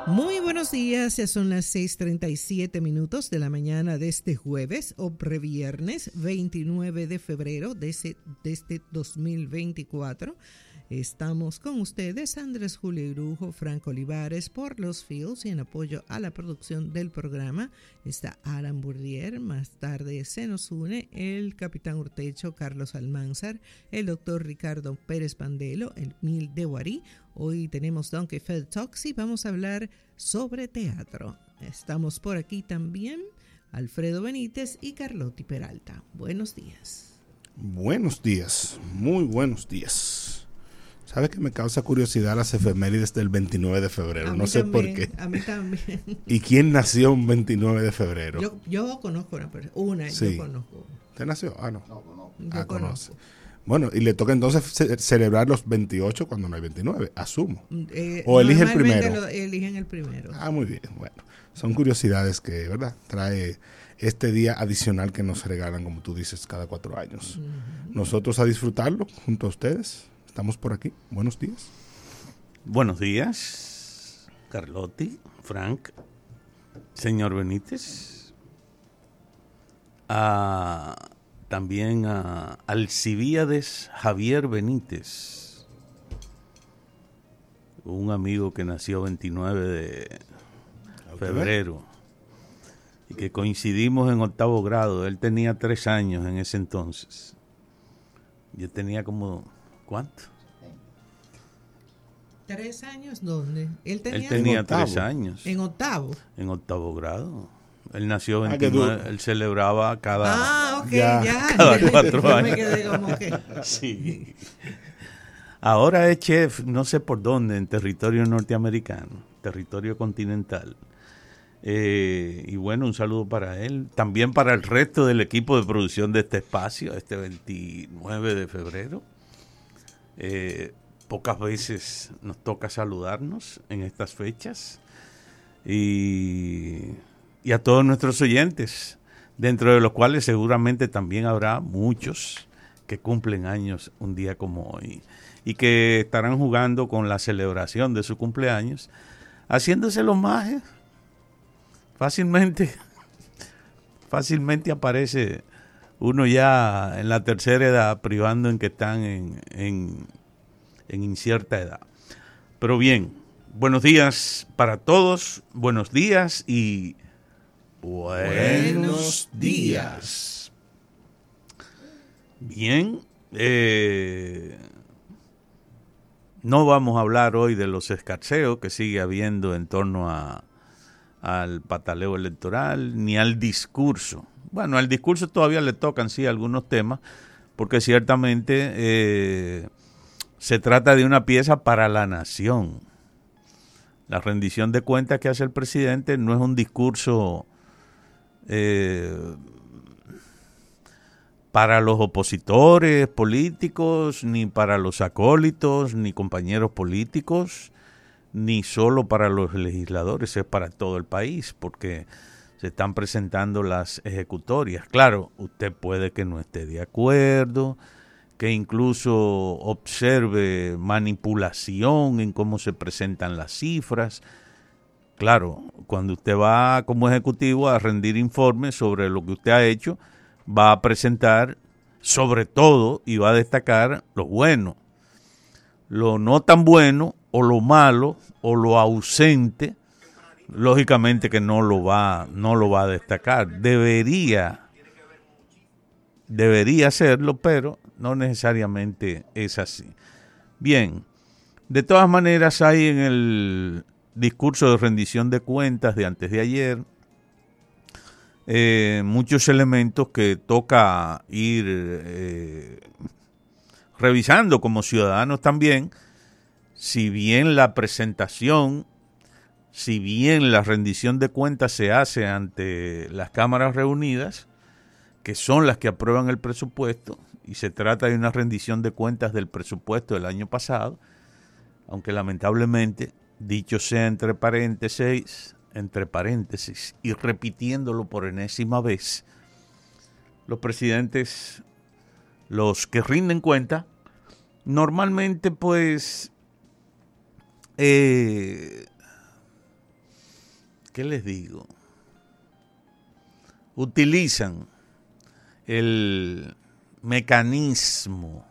Muy buenos días, ya son las 6:37 de la mañana de este jueves o previernes 29 de febrero de este 2024. Estamos con ustedes, Andrés Julio Irujo, Franco Olivares, por los Fields, y en apoyo a la producción del programa está Alan Bourdier. Más tarde se nos une el capitán Urtecho, Carlos Almanzar, el doctor Ricardo Pérez Pandelo, el Mil de Guarí. Hoy tenemos Donkey Fed Talks y vamos a hablar sobre teatro. Estamos por aquí también Alfredo Benítez y Carlotti Peralta. Buenos días. Buenos días, muy buenos días. ¿Sabes que me causa curiosidad las efemérides del 29 de febrero? No sé por qué. A mí también. ¿Y quién nació un 29 de febrero? Yo conozco una sí. Yo conozco. ¿Usted nació? No. Yo conoce. Bueno, y le toca entonces celebrar los 28 cuando no hay 29, asumo. ¿O elige el primero? Eligen el primero. Muy bien. Bueno, son curiosidades que, ¿verdad?, trae este día adicional que nos regalan, como tú dices, cada 4 años. Uh-huh. Nosotros a disfrutarlo junto a ustedes. Estamos por aquí. Buenos días. Buenos días, Carlotti, Frank, señor Benítez. También a Alcibíades Javier Benítez, un amigo que nació 29 de febrero y que coincidimos en 8º grado. Él tenía 3 años en ese entonces. Yo tenía como... ¿cuánto? 3 años, ¿dónde? Él tenía 3 años. ¿En octavo? En 8º grado. Él nació 29, él celebraba cada, cada 4 años. Me quedé como que... Sí. Ahora es chef, no sé por dónde, en territorio norteamericano, territorio continental. Y bueno, un saludo para él. También para el resto del equipo de producción de este espacio, este 29 de febrero. Pocas veces nos toca saludarnos en estas fechas. Y a todos nuestros oyentes, dentro de los cuales seguramente también habrá muchos que cumplen años un día como hoy y que estarán jugando con la celebración de su cumpleaños, haciéndose los majes. Fácilmente aparece uno ya en la tercera edad, privando en que están en incierta edad. Pero bien, buenos días para todos, buenos días y buenos días. Bien, no vamos a hablar hoy de los escarceos que sigue habiendo en torno al pataleo electoral, ni al discurso. Bueno, al discurso todavía le tocan, sí, algunos temas, porque ciertamente se trata de una pieza para la nación. La rendición de cuentas que hace el presidente no es un discurso para los opositores políticos, ni para los acólitos, ni compañeros políticos, ni solo para los legisladores, es para todo el país, porque se están presentando las ejecutorias. Claro, usted puede que no esté de acuerdo, que incluso observe manipulación en cómo se presentan las cifras. Claro, cuando usted va como ejecutivo a rendir informes sobre lo que usted ha hecho, va a presentar sobre todo y va a destacar lo bueno. Lo no tan bueno o lo malo o lo ausente, lógicamente que no lo va a destacar. Debería hacerlo, pero no necesariamente es así. Bien, de todas maneras hay en el discurso de rendición de cuentas de antes de ayer muchos elementos que toca ir revisando como ciudadanos también, si bien la presentación, si bien la rendición de cuentas se hace ante las cámaras reunidas, que son las que aprueban el presupuesto, y se trata de una rendición de cuentas del presupuesto del año pasado, aunque lamentablemente, dicho sea entre paréntesis, y repitiéndolo por enésima vez, los presidentes, los que rinden cuenta, normalmente pues ¿qué les digo? Utilizan el mecanismo,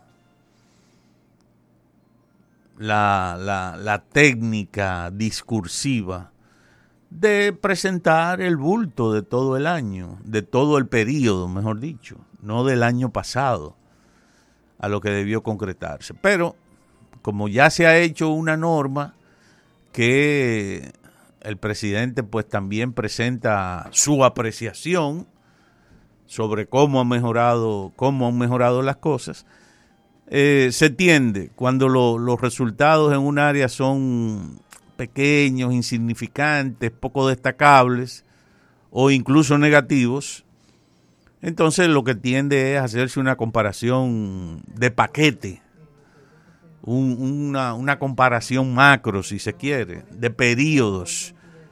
la técnica discursiva de presentar el bulto de todo el año, de todo el periodo, mejor dicho, no del año pasado, a lo que debió concretarse. Pero como ya se ha hecho una norma que el presidente pues también presenta su apreciación sobre cómo han mejorado las cosas, se tiende, cuando los resultados en un área son pequeños, insignificantes, poco destacables o incluso negativos, entonces lo que tiende es hacerse una comparación de paquete, una comparación macro, si se quiere, de periodos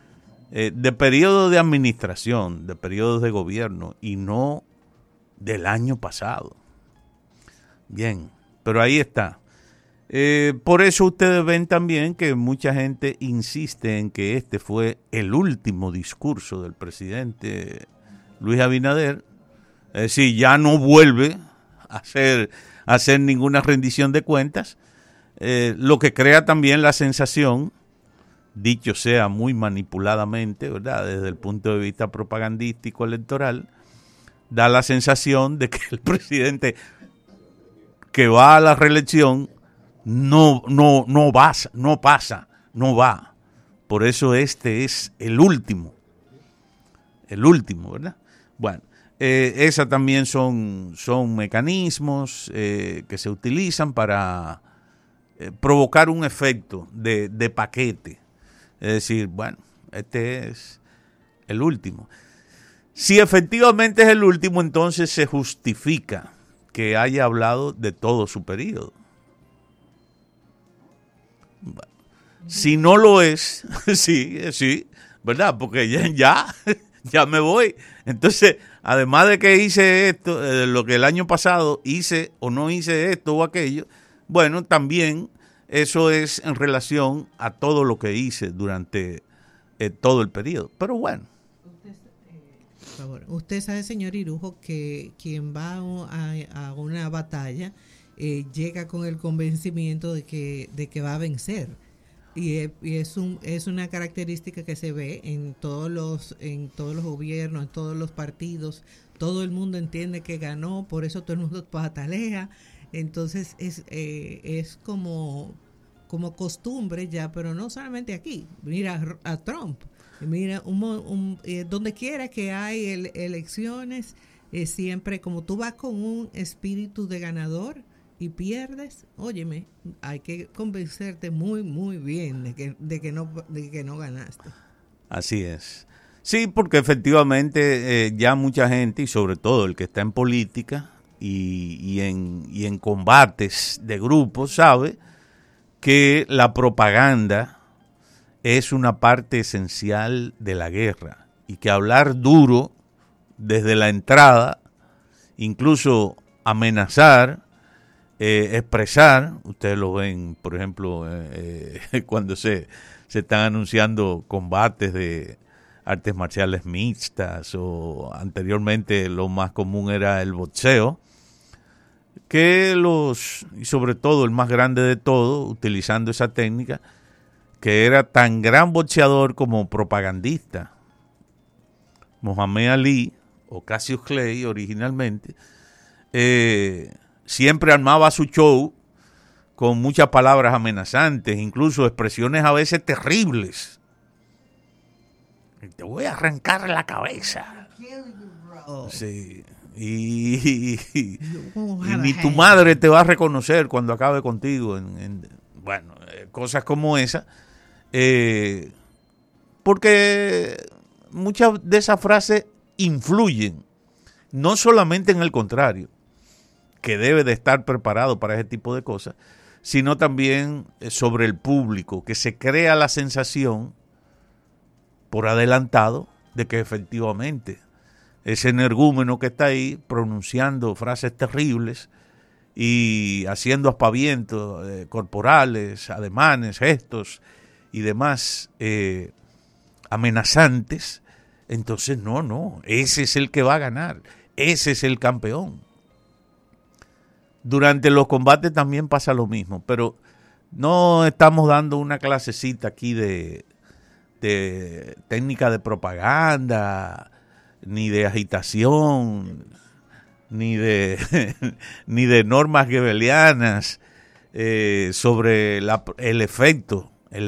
de administración, de periodos de gobierno y no del año pasado. Bien, pero ahí está. Por eso ustedes ven también que mucha gente insiste en que este fue el último discurso del presidente Luis Abinader. Es decir, ya no vuelve a hacer ninguna rendición de cuentas, lo que crea también la sensación, dicho sea muy manipuladamente, ¿verdad?, desde el punto de vista propagandístico electoral, da la sensación de que el presidente que va a la reelección no va. Por eso este es el último, ¿verdad? Bueno, esas también son mecanismos que se utilizan para provocar un efecto de paquete. Es decir, bueno, este es el último. Si efectivamente es el último, entonces se justifica que haya hablado de todo su periodo. Bueno, si no lo es, sí, ¿verdad? Porque ya me voy. Entonces, además de que hice esto, lo que el año pasado hice o no hice esto o aquello, bueno, también eso es en relación a todo lo que hice durante todo el periodo. Pero bueno. Por favor, usted sabe, señor Irujo, que quien va a una batalla llega con el convencimiento de que va a vencer. Y es una característica que se ve en todos los gobiernos, en todos los partidos. Todo el mundo entiende que ganó, por eso todo el mundo patalea. Entonces es como costumbre ya, pero no solamente aquí. Mira a Trump, mira donde quiera que hay elecciones, siempre como tú vas con un espíritu de ganador y pierdes, óyeme, hay que convencerte muy muy bien de que no ganaste. Así es. Sí, porque efectivamente ya mucha gente, y sobre todo el que está en política y en combates de grupos, sabe que la propaganda es una parte esencial de la guerra y que hablar duro desde la entrada, incluso amenazar, expresar, ustedes lo ven, por ejemplo, cuando se están anunciando combates de artes marciales mixtas, o anteriormente lo más común era el boxeo, que y sobre todo el más grande de todo, utilizando esa técnica, que era tan gran boxeador como propagandista. Muhammad Ali, o Cassius Clay originalmente, siempre armaba su show con muchas palabras amenazantes, incluso expresiones a veces terribles. Te voy a arrancar la cabeza. Sí. Y ni tu madre te va a reconocer cuando acabe contigo. Bueno, cosas como esas. Porque muchas de esas frases influyen, no solamente en el contrario, que debe de estar preparado para ese tipo de cosas, sino también sobre el público, que se crea la sensación por adelantado de que efectivamente ese energúmeno que está ahí pronunciando frases terribles y haciendo aspavientos corporales, ademanes, gestos y demás amenazantes, entonces no, ese es el que va a ganar, ese es el campeón. Durante los combates también pasa lo mismo, pero no estamos dando una clasecita aquí de técnica de propaganda, ni de agitación, ni de normas goebbelianas sobre el efecto,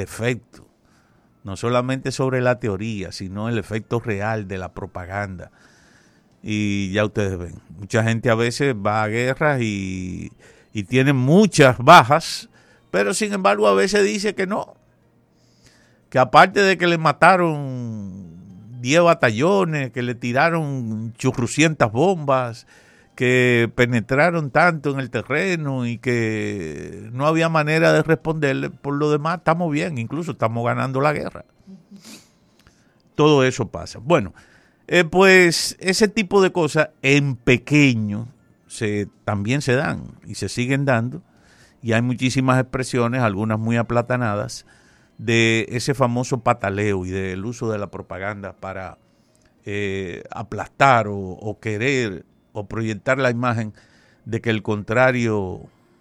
no solamente sobre la teoría, sino el efecto real de la propaganda. Y ya ustedes ven, mucha gente a veces va a guerras y tiene muchas bajas, pero sin embargo a veces dice que no, que aparte de que le mataron 10 batallones, que le tiraron churrucientas bombas, que penetraron tanto en el terreno y que no había manera de responderle, por lo demás estamos bien, incluso estamos ganando la guerra. Todo eso pasa. Bueno, pues ese tipo de cosas en pequeño también se dan y se siguen dando, y hay muchísimas expresiones, algunas muy aplatanadas, de ese famoso pataleo y del uso de la propaganda para aplastar o querer o proyectar la imagen de que el contrario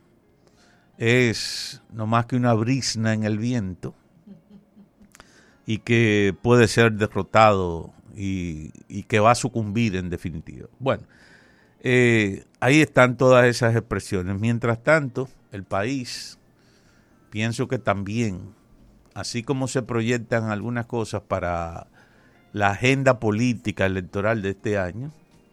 es no más que una brizna en el viento y que puede ser derrotado y que va a sucumbir en definitiva. Bueno, ahí están todas esas expresiones. Mientras tanto, el país, pienso que también, así como se proyectan algunas cosas para la agenda política electoral de este año,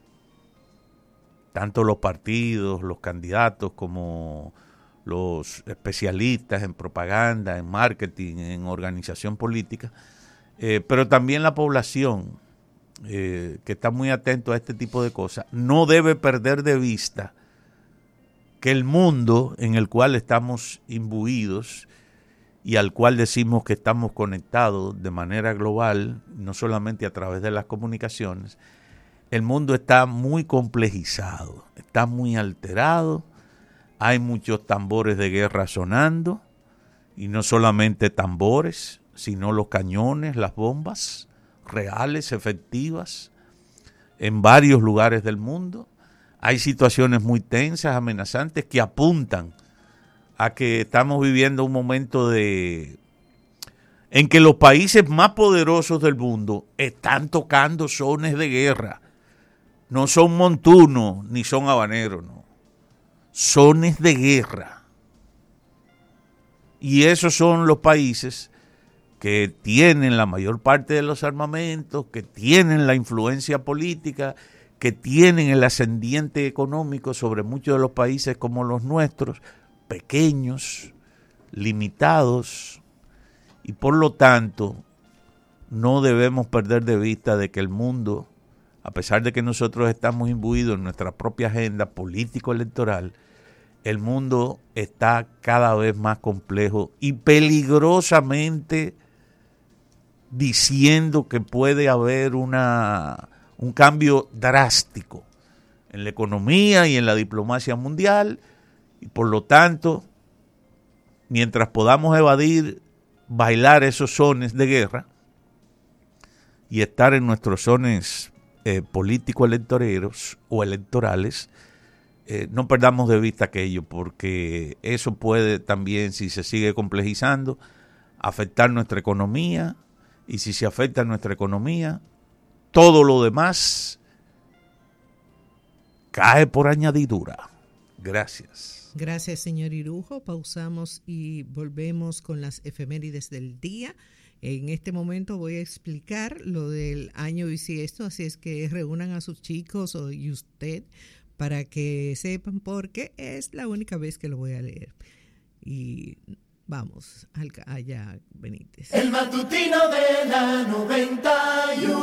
tanto los partidos, los candidatos, como los especialistas en propaganda, en marketing, en organización política, pero también la población, que está muy atento a este tipo de cosas, no debe perder de vista que el mundo en el cual estamos imbuidos y al cual decimos que estamos conectados de manera global, no solamente a través de las comunicaciones, el mundo está muy complejizado, está muy alterado, hay muchos tambores de guerra sonando, y no solamente tambores, sino los cañones, las bombas reales, efectivas, en varios lugares del mundo. Hay situaciones muy tensas, amenazantes, que apuntan a que estamos viviendo un momento en que los países más poderosos del mundo están tocando sones de guerra. No son montunos ni son habaneros, no. Sones de guerra. Y esos son los países que tienen la mayor parte de los armamentos, que tienen la influencia política, que tienen el ascendiente económico sobre muchos de los países como los nuestros, pequeños, limitados, y por lo tanto no debemos perder de vista de que el mundo, a pesar de que nosotros estamos imbuidos en nuestra propia agenda político-electoral, el mundo está cada vez más complejo y peligrosamente diciendo que puede haber un cambio drástico en la economía y en la diplomacia mundial, y por lo tanto, mientras podamos bailar esos sones de guerra y estar en nuestros sones político-electoreros o electorales, no perdamos de vista aquello, porque eso puede también, si se sigue complejizando, afectar nuestra economía, y si se afecta nuestra economía, todo lo demás cae por añadidura. Gracias. Gracias, señor Irujo. Pausamos y volvemos con las efemérides del día. En este momento voy a explicar lo del año bisiesto, así es que reúnan a sus chicos y usted para que sepan, porque es la única vez que lo voy a leer. Y vamos allá, Benítez. El matutino de la 91.